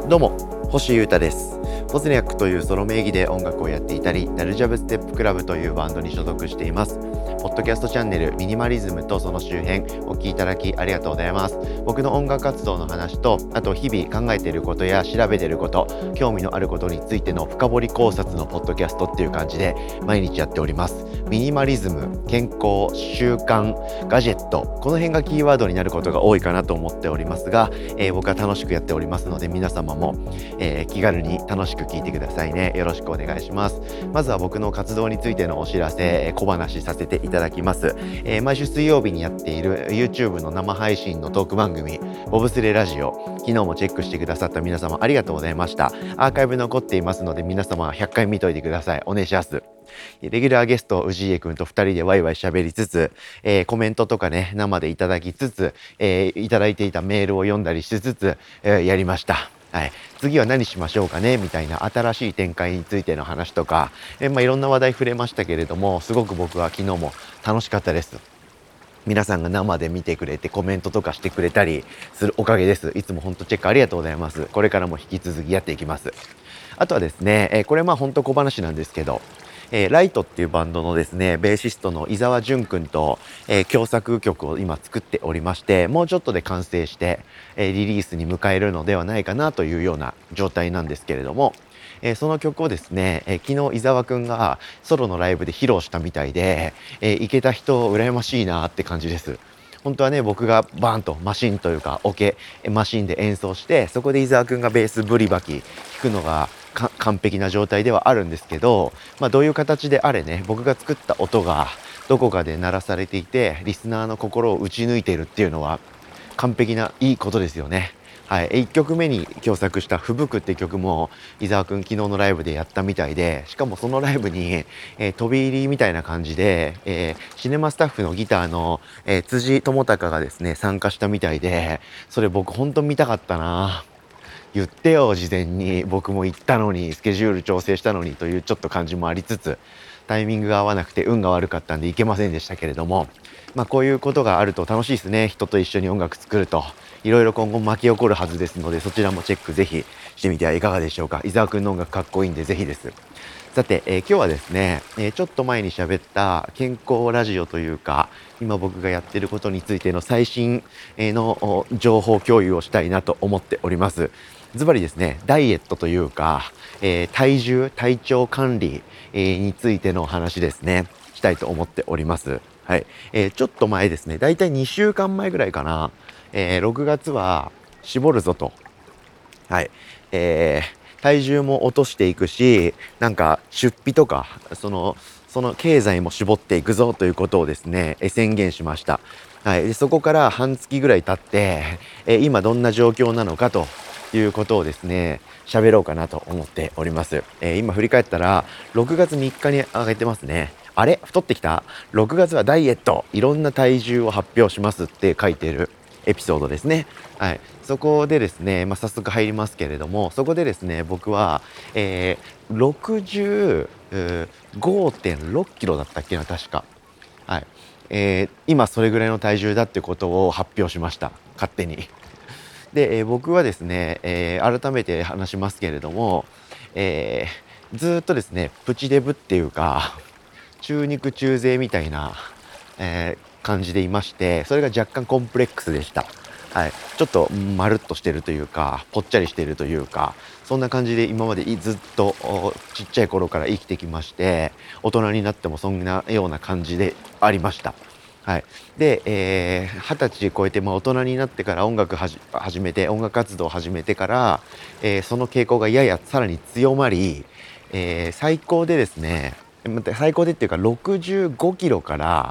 どうも、星優太です。ポズニャックというソロ名義で音楽をやっていたり、ダルジャブステップクラブというバンドに所属しています。ポッドキャストチャンネルミニマリズムとその周辺お聞きいただきありがとうございます。僕の音楽活動の話と、あと日々考えていることや調べていること、興味のあることについての深掘り考察のポッドキャストっていう感じで毎日やっております。ミニマリズム、健康、習慣、ガジェット、この辺がキーワードになることが多いかなと思っておりますが、僕は楽しくやっておりますので、皆様も、気軽に楽しく聞いてくださいね。よろしくお願いします。まずは僕の活動についてのお知らせ、小話させていただきます。毎週水曜日にやっている YouTube の生配信のトーク番組ボブスレラジオ、昨日もチェックしてくださった皆様ありがとうございました。アーカイブ残っていますので、皆様100回見といてください。お願いします。レギュラーゲスト氏家くんと2人でワイワイ喋りつつ、コメントとかね生でいただきつつ、いただいていたメールを読んだりしつつ、やりました。はい、次は何しましょうかねみたいな新しい展開についての話とか、いろんな話題触れましたけれども、すごく僕は昨日も楽しかったです。皆さんが生で見てくれてコメントとかしてくれたりするおかげです。いつも本当チェックありがとうございます。これからも引き続きやっていきます。あとはですね、これ本当小話なんですけど、ライトっていうバンドのですねベーシストの伊沢淳くんと、共作曲を今作っておりまして、もうちょっとで完成して、リリースに迎えるのではないかなというような状態なんですけれども、その曲をですね、昨日伊沢くんがソロのライブで披露したみたいで、行けた人羨ましいなって感じです。本当はね、僕がバーンとマシンというかオケマシンで演奏して、そこで伊沢くんがベースブリバキ弾くのが完璧な状態ではあるんですけど、どういう形であれね、僕が作った音がどこかで鳴らされていてリスナーの心を打ち抜いているっていうのは完璧ないいことですよね。はい、1曲目に共作した「吹雪」って曲も伊沢くん昨日のライブでやったみたいで、しかもそのライブに、飛び入りみたいな感じで、シネマスタッフのギターの、辻智隆がですね参加したみたいで、それ僕ほんと見たかったな。言ってよ事前に、僕も行ったのにスケジュール調整したのにというちょっと感じもありつつ、タイミングが合わなくて運が悪かったんで行けませんでしたけれども、こういうことがあると楽しいですね。人と一緒に音楽作るといろいろ今後巻き起こるはずですので、そちらもチェックぜひしてみてはいかがでしょうか。伊沢くんの音楽かっこいいんでぜひです。さて、今日はですね、ちょっと前に喋った健康ラジオというか、今僕がやってることについての最新の情報共有をしたいなと思っております。ズバリですね、ダイエットというか、体調管理、についての話ですね、したいと思っております。はい、ちょっと前ですね、だいたい2週間前ぐらいかな、6月は絞るぞと、はい、体重も落としていくし、なんか出費とかその経済も絞っていくぞということをですね、宣言しました。はい、でそこから半月ぐらい経って、今どんな状況なのかということをですね喋ろうかなと思っております。今振り返ったら6月3日に上げてますね。あれ太ってきた。6月はダイエット、いろんな体重を発表しますって書いてるエピソードですね。はい、そこでですね、早速入りますけれども、そこでですね僕は、65.6キロだったっけな確か。はい、今それぐらいの体重だってことを発表しました、勝手に。で、僕はですね、改めて話しますけれども、えずっとですねプチデブっていうか中肉中背みたいな、感じでいまして、それが若干コンプレックスでした。はい、ちょっとまるっとしてるというかぽっちゃりしてるというか、そんな感じで今までずっとちっちゃい頃から生きてきまして、大人になってもそんなような感じでありました。はい、で、20歳超えて、大人になってから音楽始めて音楽活動を始めてから、その傾向がややさらに強まり、最高でですね、最高でっていうか65キロから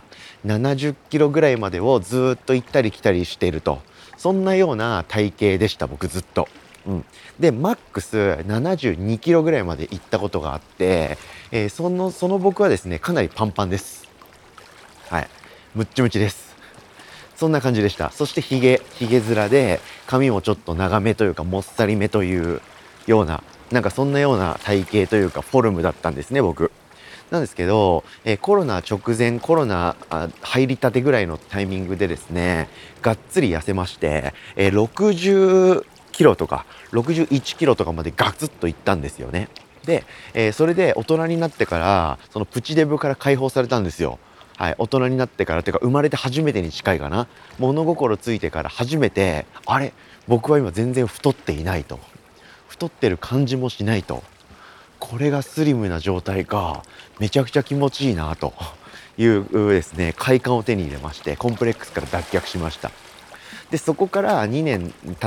70キロぐらいまでをずっと行ったり来たりしていると、そんなような体型でした僕ずっと。でマックス72キロぐらいまで行ったことがあって、その僕はですねかなりパンパンです。はい、ムッチムチです。そんな感じでした。そしてヒゲ面で、髪もちょっと長めというかもっさりめというような、なんかそんなような体型というかフォルムだったんですね僕。なんですけど、コロナ直前、コロナ入りたてぐらいのタイミングでですねがっつり痩せまして、 キロとか61キロとかまでガツッといったんですよね。で、それで大人になってからそのプチデブから解放されたんですよ。はい、大人になってからというか生まれて初めてに近いかな。物心ついてから初めてあれ僕は今全然太っていないと、太ってる感じもしないと、これがスリムな状態か、めちゃくちゃ気持ちいいなというですね快感を手に入れまして、コンプレックスから脱却しました。でそこから2年経って、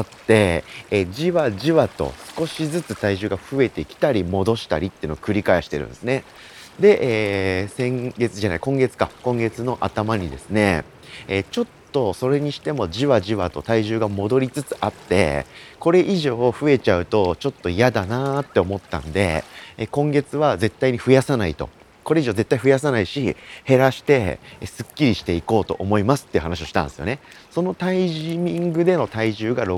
じわじわと少しずつ体重が増えてきたり戻したりっていうのを繰り返してるんですね。で、今月の頭にですね、ちょっとそれにしてもじわじわと体重が戻りつつあって、これ以上増えちゃうとちょっと嫌だなーって思ったんで、今月は絶対に増やさないと。これ以上絶対増やさないし、減らしてすっきりしていこうと思いますっていう話をしたんですよね。そのタイミングでの体重が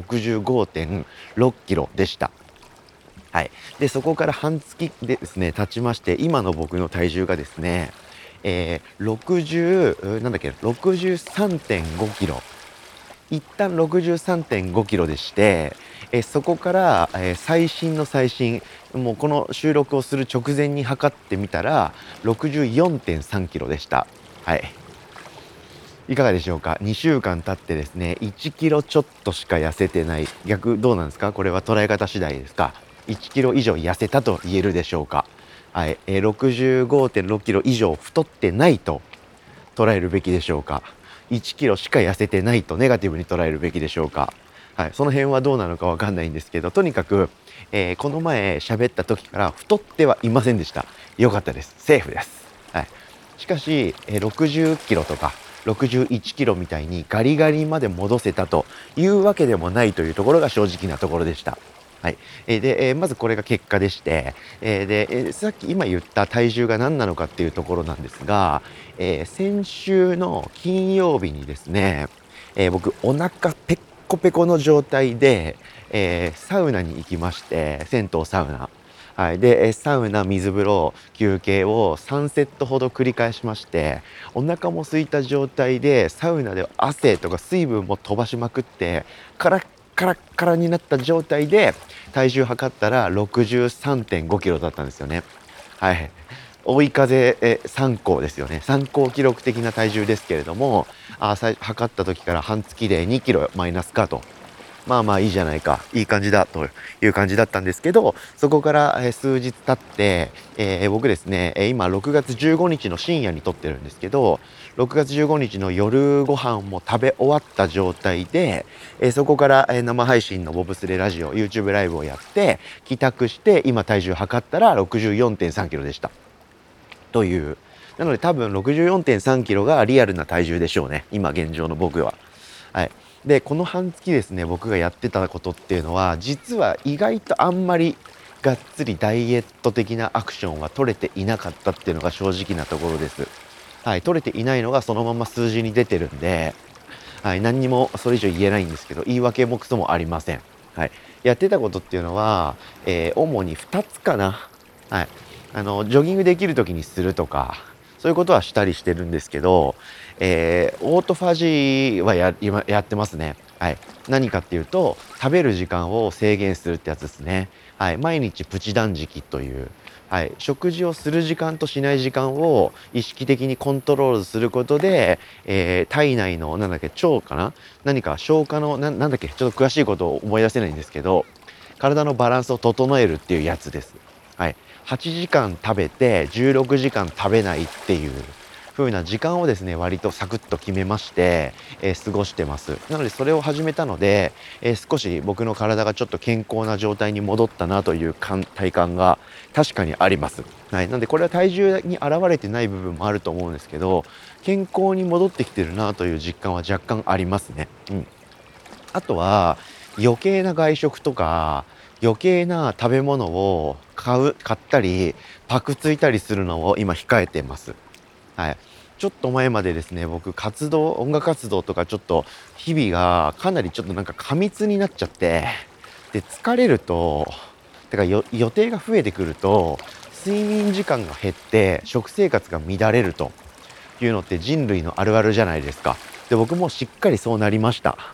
65.6 キロでした。はい。でそこから半月でですね経ちまして、今の僕の体重がですね、63.5キロ、一旦63.5キロでして、そこから、最新の最新、もうこの収録をする直前に測ってみたら64.3キロでした。はい。いかがでしょうか。2週間経ってですね、1キロちょっとしか痩せてない。逆どうなんですか、これは捉え方次第ですか。1キロ以上痩せたと言えるでしょうか。はい、65.6 キロ以上太ってないと捉えるべきでしょうか。1キロしか痩せてないとネガティブに捉えるべきでしょうか。はい、その辺はどうなのかわかんないんですけど、とにかく、この前喋った時から太ってはいませんでした。よかったです。セーフです。はい。しかし、60キロとか61キロみたいにガリガリまで戻せたというわけでもないというところが正直なところでした。はい。で、まずこれが結果でして、さっき今言った体重が何なのかっていうところなんですが、先週の金曜日にですね、僕お腹ペッコペコの状態で、サウナに行きまして、銭湯サウナ。はい。で、サウナ、水風呂、休憩を3セットほど繰り返しまして、お腹も空いた状態で、サウナで汗とか水分も飛ばしまくって、カラッカラッカラになった状態で、体重測ったら63.5 キロだったんですよね。はい。追い風参考ですよね。参考記録的な体重ですけれども、測った時から半月で2キロマイナスかと。まあまあいいじゃないか、いい感じだという感じだったんですけど、そこから、数日経って、僕ですね、今6月15日の深夜に撮ってるんですけど、6月15日の夜ご飯も食べ終わった状態で、そこから、生配信のボブスレラジオ YouTube ライブをやって帰宅して、今体重測ったら 64.3 キロでしたという。なので多分 64.3 キロがリアルな体重でしょうね、今現状の僕は。はい。でこの半月ですね、僕がやってたことっていうのは、実は意外とあんまりがっつりダイエット的なアクションは取れていなかったっていうのが正直なところです。はい、取れていないのがそのまま数字に出てるんで、はい、何にもそれ以上言えないんですけど、言い訳もクソもありません。はい、やってたことっていうのは、主に2つかな。はい、ジョギングできる時にするとか、そういうことはしたりしてるんですけど、オートファジーは今やってますね。はい。何かっていうと、食べる時間を制限するってやつですね。はい。毎日プチ断食という、はい。食事をする時間としない時間を意識的にコントロールすることで、体内の、腸かな、何か消化の、なんだっけ、ちょっと詳しいことを思い出せないんですけど、体のバランスを整えるっていうやつです。はい。8時間食べて16時間食べないっていう風な時間をですね、割とサクッと決めまして、過ごしてます。なのでそれを始めたので、少し僕の体がちょっと健康な状態に戻ったなという体感が確かにあります。はい。なのでこれは体重に現れてない部分もあると思うんですけど、健康に戻ってきてるなという実感は若干ありますね。うん。あとは余計な外食とか余計な食べ物を買ったりパクついたりするのを今控えてます。はい。ちょっと前までですね、僕音楽活動とかちょっと日々がかなりちょっと過密になっちゃって、で疲れると、予定が増えてくると睡眠時間が減って食生活が乱れるというのって人類のあるあるじゃないですか。で僕もしっかりそうなりました。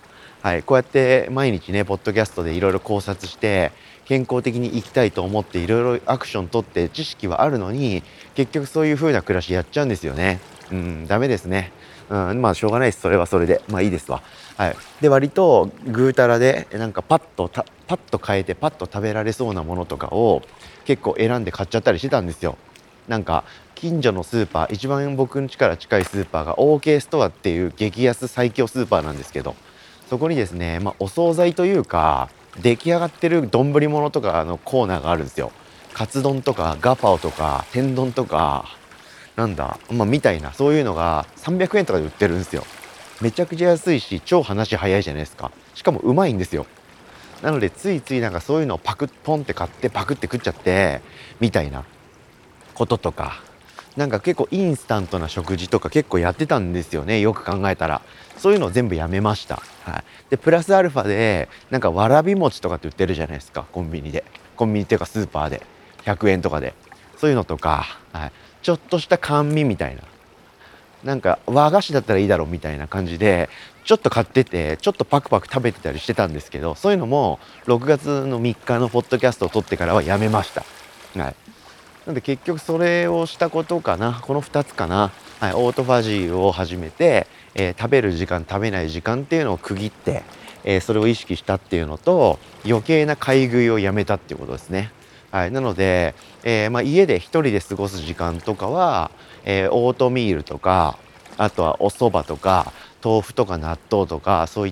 はい、こうやって毎日ねポッドキャストでいろいろ考察して健康的に生きたいと思っていろいろアクション取って知識はあるのに、結局そういう風な暮らしやっちゃうんですよね。ダメですね。まあしょうがないです。それはそれでまあいいですわ。はい。で割とぐうたらでなんかパッと変えてパッと食べられそうなものとかを結構選んで買っちゃったりしてたんですよ。なんか近所のスーパー、一番僕ん家から近いスーパーが OK ストアっていう激安最強スーパーなんですけど、そこにですね、お惣菜というか出来上がってる丼物とかのコーナーがあるんですよ。カツ丼とかガパオとか天丼とかみたいな、そういうのが300円とかで売ってるんですよ。めちゃくちゃ安いし超話早いじゃないですか。しかもうまいんですよ。なのでついついなんかそういうのをポンって買ってパクって食っちゃってみたいなこととか、なんか結構インスタントな食事とか結構やってたんですよね。よく考えたらそういうのを全部やめました。はい。でプラスアルファでなんかわらび餅とかって売ってるじゃないですか、コンビニっていうかスーパーで100円とかで、そういうのとか、はい、ちょっとした甘味みたいな、なんか和菓子だったらいいだろうみたいな感じでちょっと買っててちょっとパクパク食べてたりしてたんですけど、そういうのも6月の3日のポッドキャストを撮ってからはやめました。はい。なんで結局それをしたことかな、この2つかな。はい、オートファジーを始めて、食べる時間食べない時間っていうのを区切って、それを意識したっていうのと、余計な買い食いをやめたっていうことですね。はい、なので、家で一人で過ごす時間とかは、オートミールとか、あとはお蕎麦とか豆腐とか納豆とかそういった、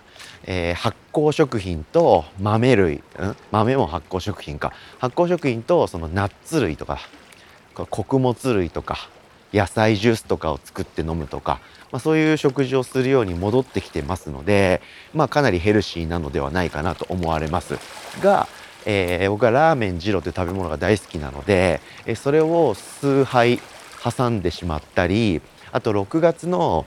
発酵食品と豆類、豆も発酵食品か、発酵食品とそのナッツ類とか穀物類とか野菜ジュースとかを作って飲むとか、そういう食事をするように戻ってきてますので、かなりヘルシーなのではないかなと思われますが、僕はラーメン二郎という食べ物が大好きなので、それを数杯挟んでしまったり、あと6月の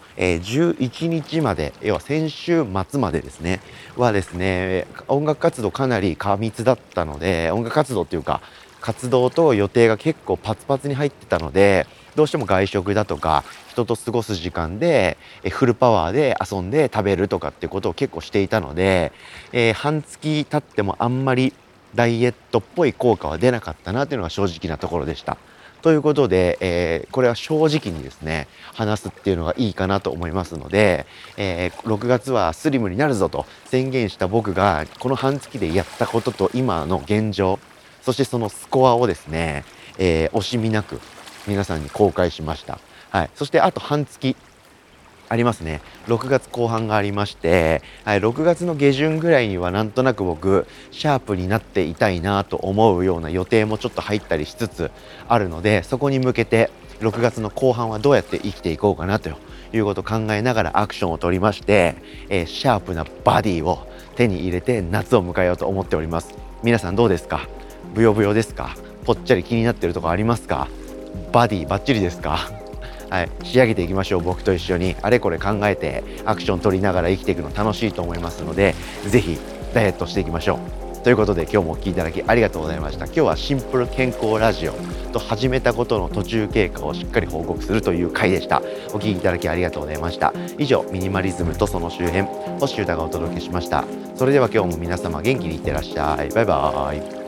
11日まで、要は先週末までですね音楽活動かなり過密だったので、音楽活動っていうか活動と予定が結構パツパツに入ってたので、どうしても外食だとか人と過ごす時間でフルパワーで遊んで食べるとかっていうことを結構していたので、半月経ってもあんまりダイエットっぽい効果は出なかったなっていうのが正直なところでした。ということで、これは正直にですね話すっていうのがいいかなと思いますので、6月はスリムになるぞと宣言した僕がこの半月でやったことと今の現状、そしてそのスコアをですね、惜しみなく皆さんに公開しました。はい。そしてあと半月ありますね。6月後半がありまして、はい、6月の下旬ぐらいにはなんとなく僕シャープになっていたいなと思うような予定もちょっと入ったりしつつあるので、そこに向けて6月の後半はどうやって生きていこうかなということを考えながらアクションを取りまして、シャープなバディを手に入れて夏を迎えようと思っております。皆さんどうですか？ブヨブヨですか？ぽっちゃり気になってるとこありますか？バディバッチリですか？はい、仕上げていきましょう。僕と一緒にあれこれ考えてアクション取りながら生きていくの楽しいと思いますので、ぜひダイエットしていきましょう。ということで今日もお聞きいただきありがとうございました。今日はシンプル健康ラジオと始めたことの途中経過をしっかり報告するという回でした。お聞きいただきありがとうございました。以上、ミニマリズムとその周辺、星歌がお届けしました。それでは今日も皆様元気にいってらっしゃい。バイバーイ。